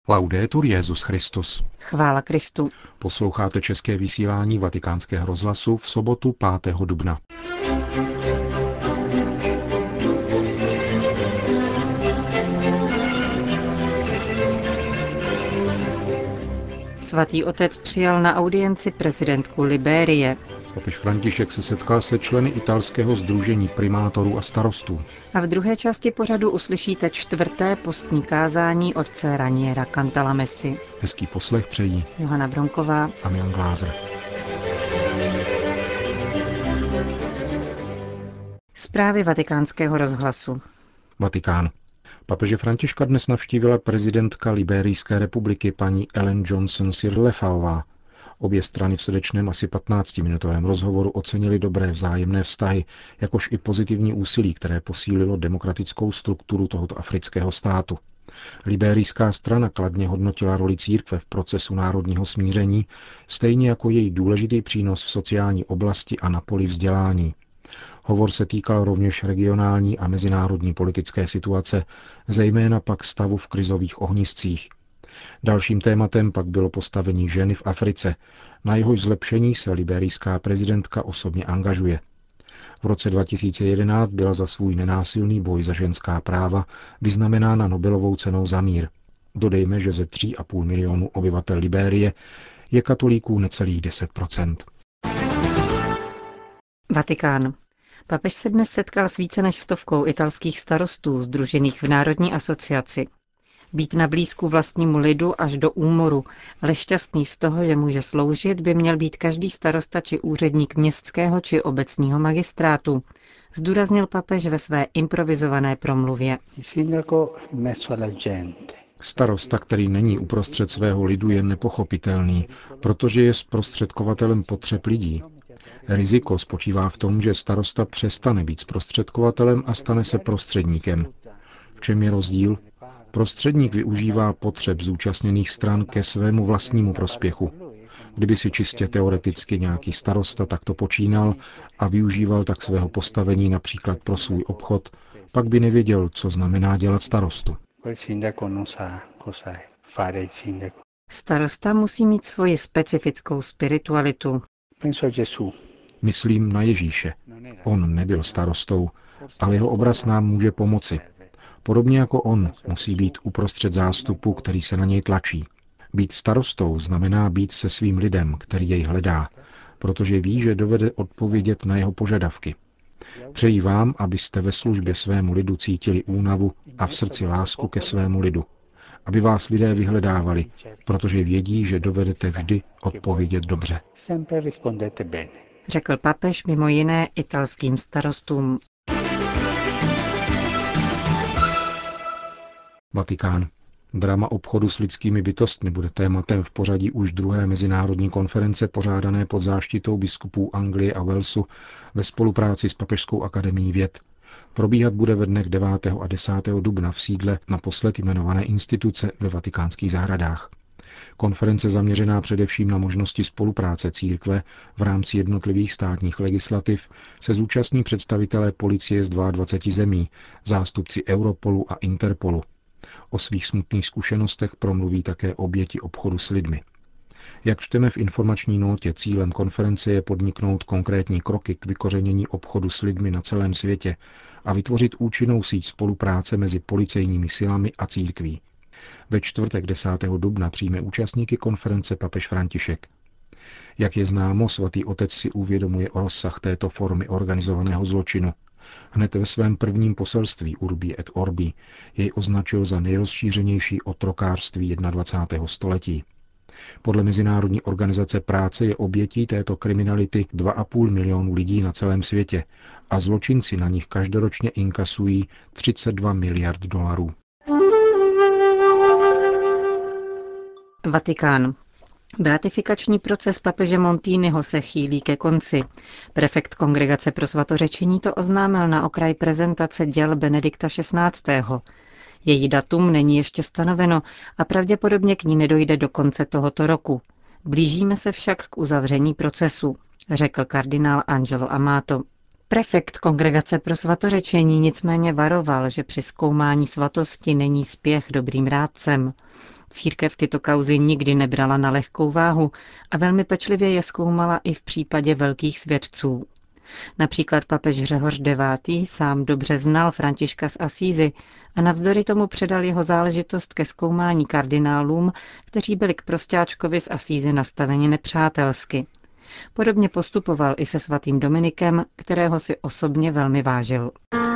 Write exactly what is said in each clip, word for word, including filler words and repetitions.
Laudetur Jesus Christus. Chvála Kristu. Posloucháte české vysílání Vatikánského rozhlasu v sobotu pátého dubna. Svatý otec přijal na audienci prezidentku Libérie. Papež František se setkal se členy italského sdružení primátorů a starostů. A v druhé části pořadu uslyšíte čtvrté postní kázání otce Raniera Cantalamessy. Hezký poslech přejí Johana Bronková a Milan Glázer. Zprávy Vatikánského rozhlasu. Vatikán. Papeže Františka dnes navštívila prezidentka Liberijské republiky paní Ellen Johnson Sirleafová. Obě strany v srdečném asi patnáctiminutovém rozhovoru ocenily dobré vzájemné vztahy, jakož i pozitivní úsilí, které posílilo demokratickou strukturu tohoto afrického státu. Liberijská strana kladně hodnotila roli církve v procesu národního smíření, stejně jako její důležitý přínos v sociální oblasti a na poli vzdělání. Hovor se týkal rovněž regionální a mezinárodní politické situace, zejména pak stavu v krizových ohniscích. Dalším tématem pak bylo postavení ženy v Africe, na jehož zlepšení se liberijská prezidentka osobně angažuje. V roce dva tisíce jedenáct byla za svůj nenásilný boj za ženská práva vyznamenána Nobelovou cenou za mír. Dodejme, že ze tří a půl milionu obyvatel Libérie je katolíků necelých deset procent. Vatikán. Papež se dnes setkal s více než stovkou italských starostů sdružených v Národní asociaci. Být na blízku vlastnímu lidu až do úmoru, ale šťastný z toho, že může sloužit, by měl být každý starosta či úředník městského či obecního magistrátu, zdůraznil papež ve své improvizované promluvě. Starosta, který není uprostřed svého lidu, je nepochopitelný, protože je zprostředkovatelem potřeb lidí. Riziko spočívá v tom, že starosta přestane být zprostředkovatelem a stane se prostředníkem. V čem je rozdíl? Prostředník využívá potřeb zúčastněných stran ke svému vlastnímu prospěchu. Kdyby si čistě teoreticky nějaký starosta takto počínal a využíval tak svého postavení například pro svůj obchod, pak by nevěděl, co znamená dělat starostu. Starosta musí mít svoji specifickou spiritualitu. Myslím na Ježíše. On nebyl starostou, ale jeho obraz nám může pomoci. Podobně jako on musí být uprostřed zástupu, který se na něj tlačí. Být starostou znamená být se svým lidem, který jej hledá, protože ví, že dovede odpovědět na jeho požadavky. Přeji vám, abyste ve službě svému lidu cítili únavu a v srdci lásku ke svému lidu. Aby vás lidé vyhledávali, protože vědí, že dovedete vždy odpovědět dobře. Řekl papež mimo jiné italským starostům. Vatikán. Drama obchodu s lidskými bytostmi bude tématem v pořadí už druhé mezinárodní konference pořádané pod záštitou biskupů Anglie a Walesu ve spolupráci s Papežskou akademií věd. Probíhat bude ve dnech devátého a desátého dubna v sídle naposled jmenované instituce ve Vatikánských zahradách. Konference zaměřená především na možnosti spolupráce církve v rámci jednotlivých státních legislativ se zúčastní představitelé policie z dvaceti dvou zemí, zástupci Europolu a Interpolu. O svých smutných zkušenostech promluví také oběti obchodu s lidmi. Jak čteme v informační notě, cílem konference je podniknout konkrétní kroky k vykořenění obchodu s lidmi na celém světě a vytvořit účinnou síť spolupráce mezi policejními silami a církví. Ve čtvrtek desátého dubna přijme účastníky konference papež František. Jak je známo, svatý otec si uvědomuje o rozsah této formy organizovaného zločinu. Hned ve svém prvním poselství Urbi et Orbi jej označil za nejrozšířenější otrokářství dvacátého prvního století. Podle Mezinárodní organizace práce je obětí této kriminality dva a půl milionu lidí na celém světě a zločinci na nich každoročně inkasují třicet dva miliard dolarů. Vatikán. Beatifikační proces papeže Montiniho se chýlí ke konci. Prefekt Kongregace pro svatořečení to oznámil na okraj prezentace děl Benedikta šestnáctého. Její datum není ještě stanoveno a pravděpodobně k ní nedojde do konce tohoto roku. Blížíme se však k uzavření procesu, řekl kardinál Angelo Amato. Prefekt Kongregace pro svatořečení nicméně varoval, že při zkoumání svatosti není spěch dobrým rádcem. Církev tyto kauzy nikdy nebrala na lehkou váhu a velmi pečlivě je zkoumala i v případě velkých svědců. Například papež Řehoř devátý. sám dobře znal Františka z Asízy a navzdory tomu předal jeho záležitost ke zkoumání kardinálům, kteří byli k prostáčkovi z Asízy nastaveni nepřátelsky. Podobně postupoval i se svatým Dominikem, kterého si osobně velmi vážil.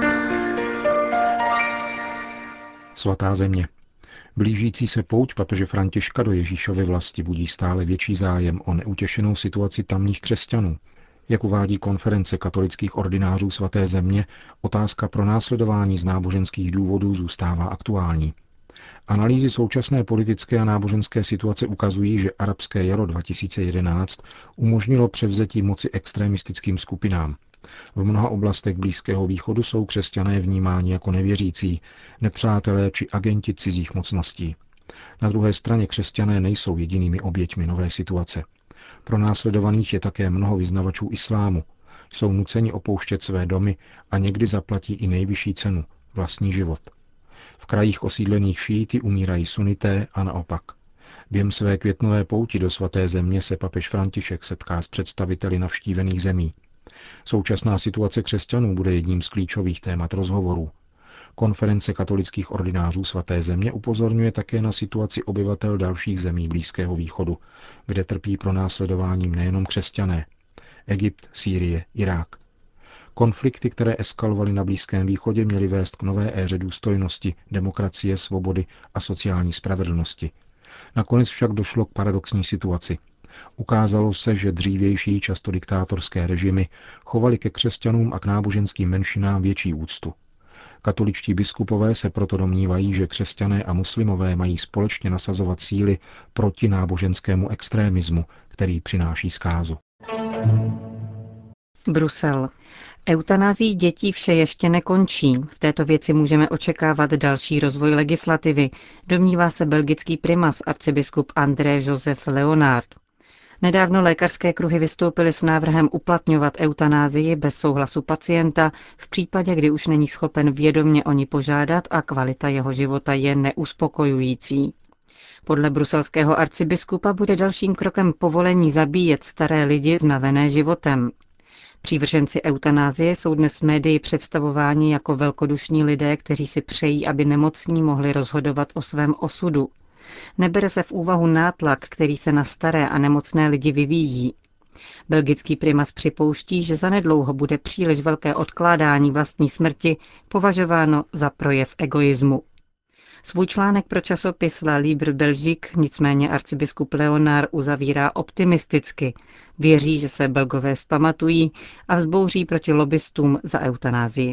Svatá země. Blížící se pouť papeže Františka do Ježíšovy vlasti budí stále větší zájem o neutěšenou situaci tamních křesťanů. Jak uvádí konference katolických ordinářů svaté země, otázka pronásledování z náboženských důvodů zůstává aktuální. Analýzy současné politické a náboženské situace ukazují, že arabské jaro dva tisíce jedenáct umožnilo převzetí moci extremistickým skupinám. V mnoha oblastech Blízkého východu jsou křesťané vnímáni jako nevěřící, nepřátelé či agenti cizích mocností. Na druhé straně křesťané nejsou jedinými oběťmi nové situace. Pro následovaných je také mnoho vyznavačů islámu. Jsou nuceni opouštět své domy a někdy zaplatí i nejvyšší cenu, vlastní život. V krajích osídlených šíity umírají sunité a naopak. Během své květnové pouti do svaté země se papež František setká s představiteli navštívených zemí. Současná situace křesťanů bude jedním z klíčových témat rozhovorů. Konference katolických ordinářů svaté země upozorňuje také na situaci obyvatel dalších zemí Blízkého východu, kde trpí pronásledováním nejenom křesťané. Egypt, Sýrie, Irák. Konflikty, které eskalovaly na Blízkém východě, měly vést k nové éře důstojnosti, demokracie, svobody a sociální spravedlnosti. Nakonec však došlo k paradoxní situaci. Ukázalo se, že dřívější, často diktátorské režimy chovaly ke křesťanům a k náboženským menšinám větší úctu. Katoličtí biskupové se proto domnívají, že křesťané a muslimové mají společně nasazovat síly proti náboženskému extrémismu, který přináší zkázu. Brusel. Eutanazí dětí vše ještě nekončí. V této věci můžeme očekávat další rozvoj legislativy, domnívá se belgický primas arcibiskup André Joseph Leonard. Nedávno lékařské kruhy vystoupily s návrhem uplatňovat eutanázii bez souhlasu pacienta v případě, kdy už není schopen vědomě o ní požádat a kvalita jeho života je neuspokojující. Podle bruselského arcibiskupa bude dalším krokem povolení zabíjet staré lidi znavené životem. Přívrženci eutanázie jsou dnes médii představováni jako velkodušní lidé, kteří si přejí, aby nemocní mohli rozhodovat o svém osudu. Nebere se v úvahu nátlak, který se na staré a nemocné lidi vyvíjí. Belgický primas připouští, že zanedlouho bude příliš velké odkládání vlastní smrti považováno za projev egoismu. Svůj článek pro časopis La Libre Belgique nicméně arcibiskup Leonard uzavírá optimisticky. Věří, že se Belgové vzpamatují a vzbouří proti lobbystům za eutanázii.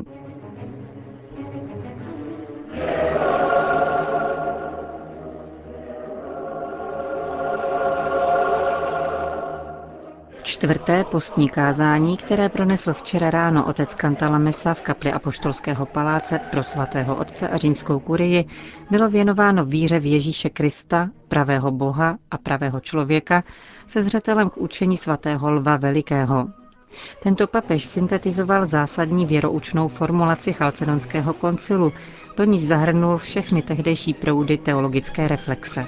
Čtvrté postní kázání, které pronesl včera ráno otec Cantalamessa v kapli Apoštolského paláce pro svatého otce a římskou kurii, bylo věnováno víře v Ježíše Krista, pravého Boha a pravého člověka, se zřetelem k učení svatého Lva Velikého. Tento papež syntetizoval zásadní věroučnou formulaci Chalcedonského koncilu, do níž zahrnul všechny tehdejší proudy teologické reflexe.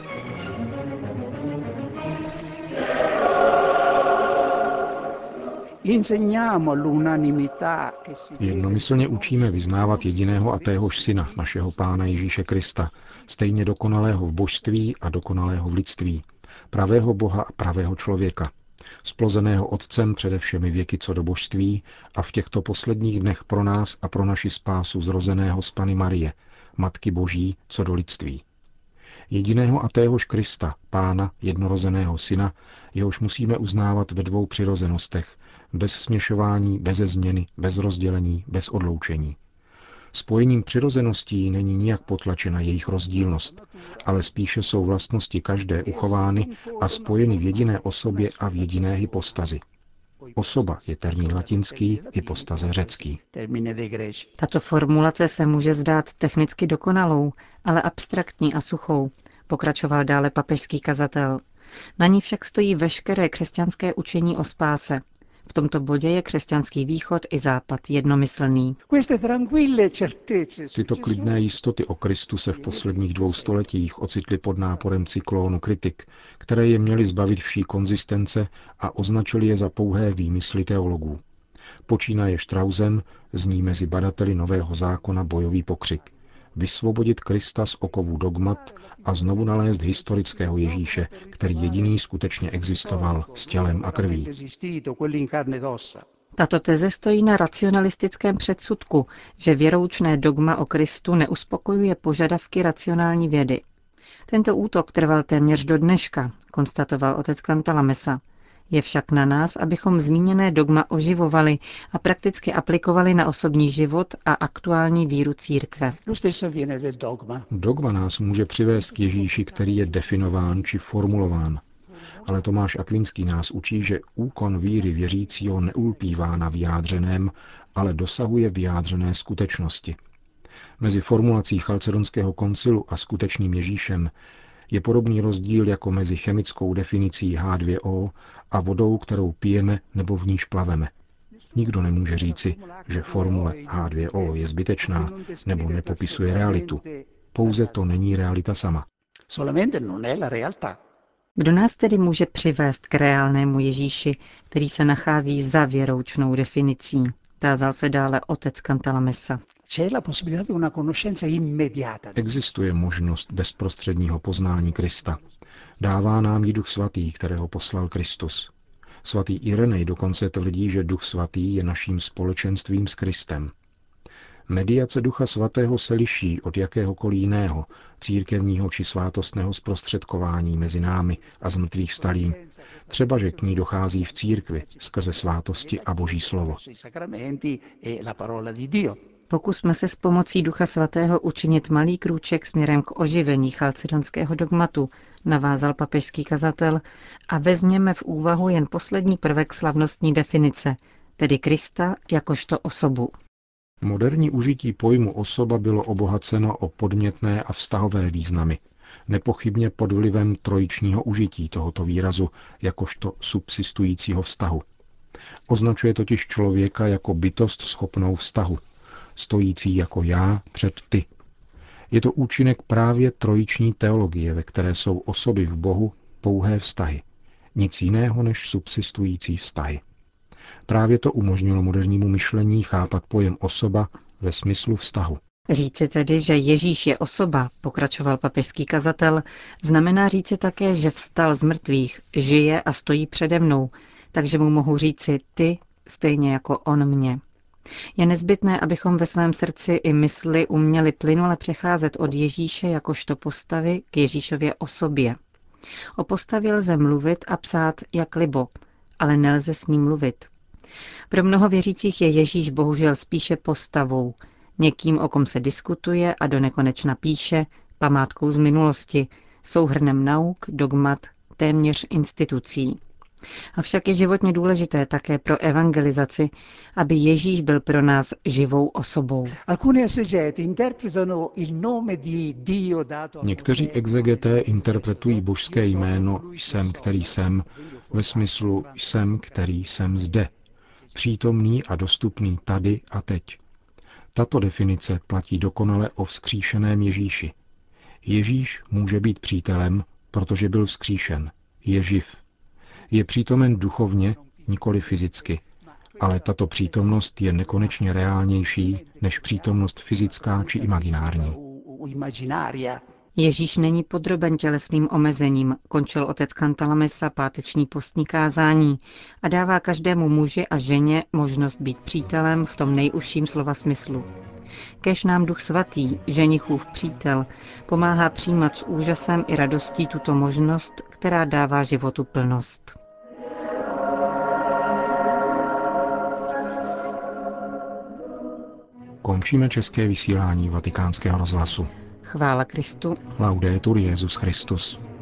Jednomyslně učíme vyznávat jediného a téhož syna, našeho Pána Ježíše Krista, stejně dokonalého v božství a dokonalého v lidství, pravého Boha a pravého člověka, splozeného Otcem přede všemi věky co do božství a v těchto posledních dnech pro nás a pro naši spásu zrozeného z Panny Marie, Matky Boží co do lidství. Jediného a téhož Krista, Pána, jednorozeného Syna, jehož musíme uznávat ve dvou přirozenostech, bez směšování, beze změny, bez rozdělení, bez odloučení. Spojením přirozeností není nijak potlačena jejich rozdílnost, ale spíše jsou vlastnosti každé uchovány a spojeny v jediné osobě a v jediné hypostazi. Osoba je termín latinský, hypostaze řecký. Tato formulace se může zdát technicky dokonalou, ale abstraktní a suchou, pokračoval dále papežský kazatel. Na ní však stojí veškeré křesťanské učení o spáse. V tomto bodě je křesťanský východ i západ jednomyslný. Tyto klidné jistoty o Kristu se v posledních dvou stoletích ocitly pod náporem cyklónu kritik, které je měly zbavit vší konzistence a označili je za pouhé výmysly teologů. Počínaje Straussem zní mezi badateli Nového zákona bojový pokřik. Vysvobodit Krista z okovů dogmat a znovu nalézt historického Ježíše, který jediný skutečně existoval s tělem a krví. Tato teze stojí na racionalistickém předsudku, že věroučné dogma o Kristu neuspokojuje požadavky racionální vědy. Tento útok trval téměř do dneška, konstatoval otec Cantalamessa. Je však na nás, abychom zmíněné dogma oživovali a prakticky aplikovali na osobní život a aktuální víru církve. Dogma nás může přivést k Ježíši, který je definován či formulován. Ale Tomáš Akvinský nás učí, že úkon víry věřícího neulpívá na vyjádřeném, ale dosahuje vyjádřené skutečnosti. Mezi formulací Chalcedonského koncilu a skutečným Ježíšem je podobný rozdíl jako mezi chemickou definicí H dva O a vodou, kterou pijeme nebo v níž plaveme. Nikdo nemůže říci, že formule H dva O je zbytečná nebo nepopisuje realitu. Pouze to není realita sama. Kdo nás tedy může přivést k reálnému Ježíši, který se nachází za věroučnou definicí? Tázal se dále otec Cantalamessa. Existuje možnost bezprostředního poznání Krista. Dává nám ji Duch Svatý, kterého poslal Kristus. Svatý Irenej dokonce tvrdí, že Duch Svatý je naším společenstvím s Kristem. Mediace Ducha Svatého se liší od jakéhokoliv jiného, církevního či svátostného zprostředkování mezi námi a zmrtvých vstalým, třeba že k ní dochází v církvi skrze svátosti a Boží slovo. Pokusme se s pomocí Ducha Svatého učinit malý krůček směrem k oživení chalcedonského dogmatu, navázal papežský kazatel, a vezměme v úvahu jen poslední prvek slavnostní definice, tedy Krista jakožto osobu. Moderní užití pojmu osoba bylo obohaceno o podmětné a vztahové významy, nepochybně pod vlivem trojičního užití tohoto výrazu jakožto subsistujícího vztahu. Označuje totiž člověka jako bytost schopnou vztahu, stojící jako já před ty. Je to účinek právě trojiční teologie, ve které jsou osoby v Bohu pouhé vztahy. Nic jiného než subsistující vztahy. Právě to umožnilo modernímu myšlení chápat pojem osoba ve smyslu vztahu. Říci tedy, že Ježíš je osoba, pokračoval papežský kazatel, znamená říci také, že vstal z mrtvých, žije a stojí přede mnou, takže mu mohu říci ty, stejně jako on mě. Je nezbytné, abychom ve svém srdci i mysli uměli plynule přecházet od Ježíše jakožto postavy k Ježíšově osobě. O postavě lze mluvit a psát jak libo, ale nelze s ním mluvit. Pro mnoho věřících je Ježíš bohužel spíše postavou, někým, o kom se diskutuje a do nekonečna píše, památkou z minulosti, souhrnem nauk, dogmat, téměř institucí. Avšak je životně důležité také pro evangelizaci, aby Ježíš byl pro nás živou osobou. Někteří exegeté interpretují božské jméno jsem, který jsem, ve smyslu jsem, který jsem zde, přítomný a dostupný tady a teď. Tato definice platí dokonale o vzkříšeném Ježíši. Ježíš může být přítelem, protože byl vzkříšen. Je živ. Je přítomen duchovně, nikoli fyzicky, ale tato přítomnost je nekonečně reálnější než přítomnost fyzická či imaginární. Ježíš není podroben tělesným omezením, končil otec Cantalamessa páteční postní kázání a dává každému muži a ženě možnost být přítelem v tom nejužším slova smyslu. Kéž nám Duch Svatý, ženichův přítel, pomáhá přijímat s úžasem i radostí tuto možnost, která dává životu plnost. Končíme české vysílání Vatikánského rozhlasu. Chvála Kristu. Laudetur Jesus Christus.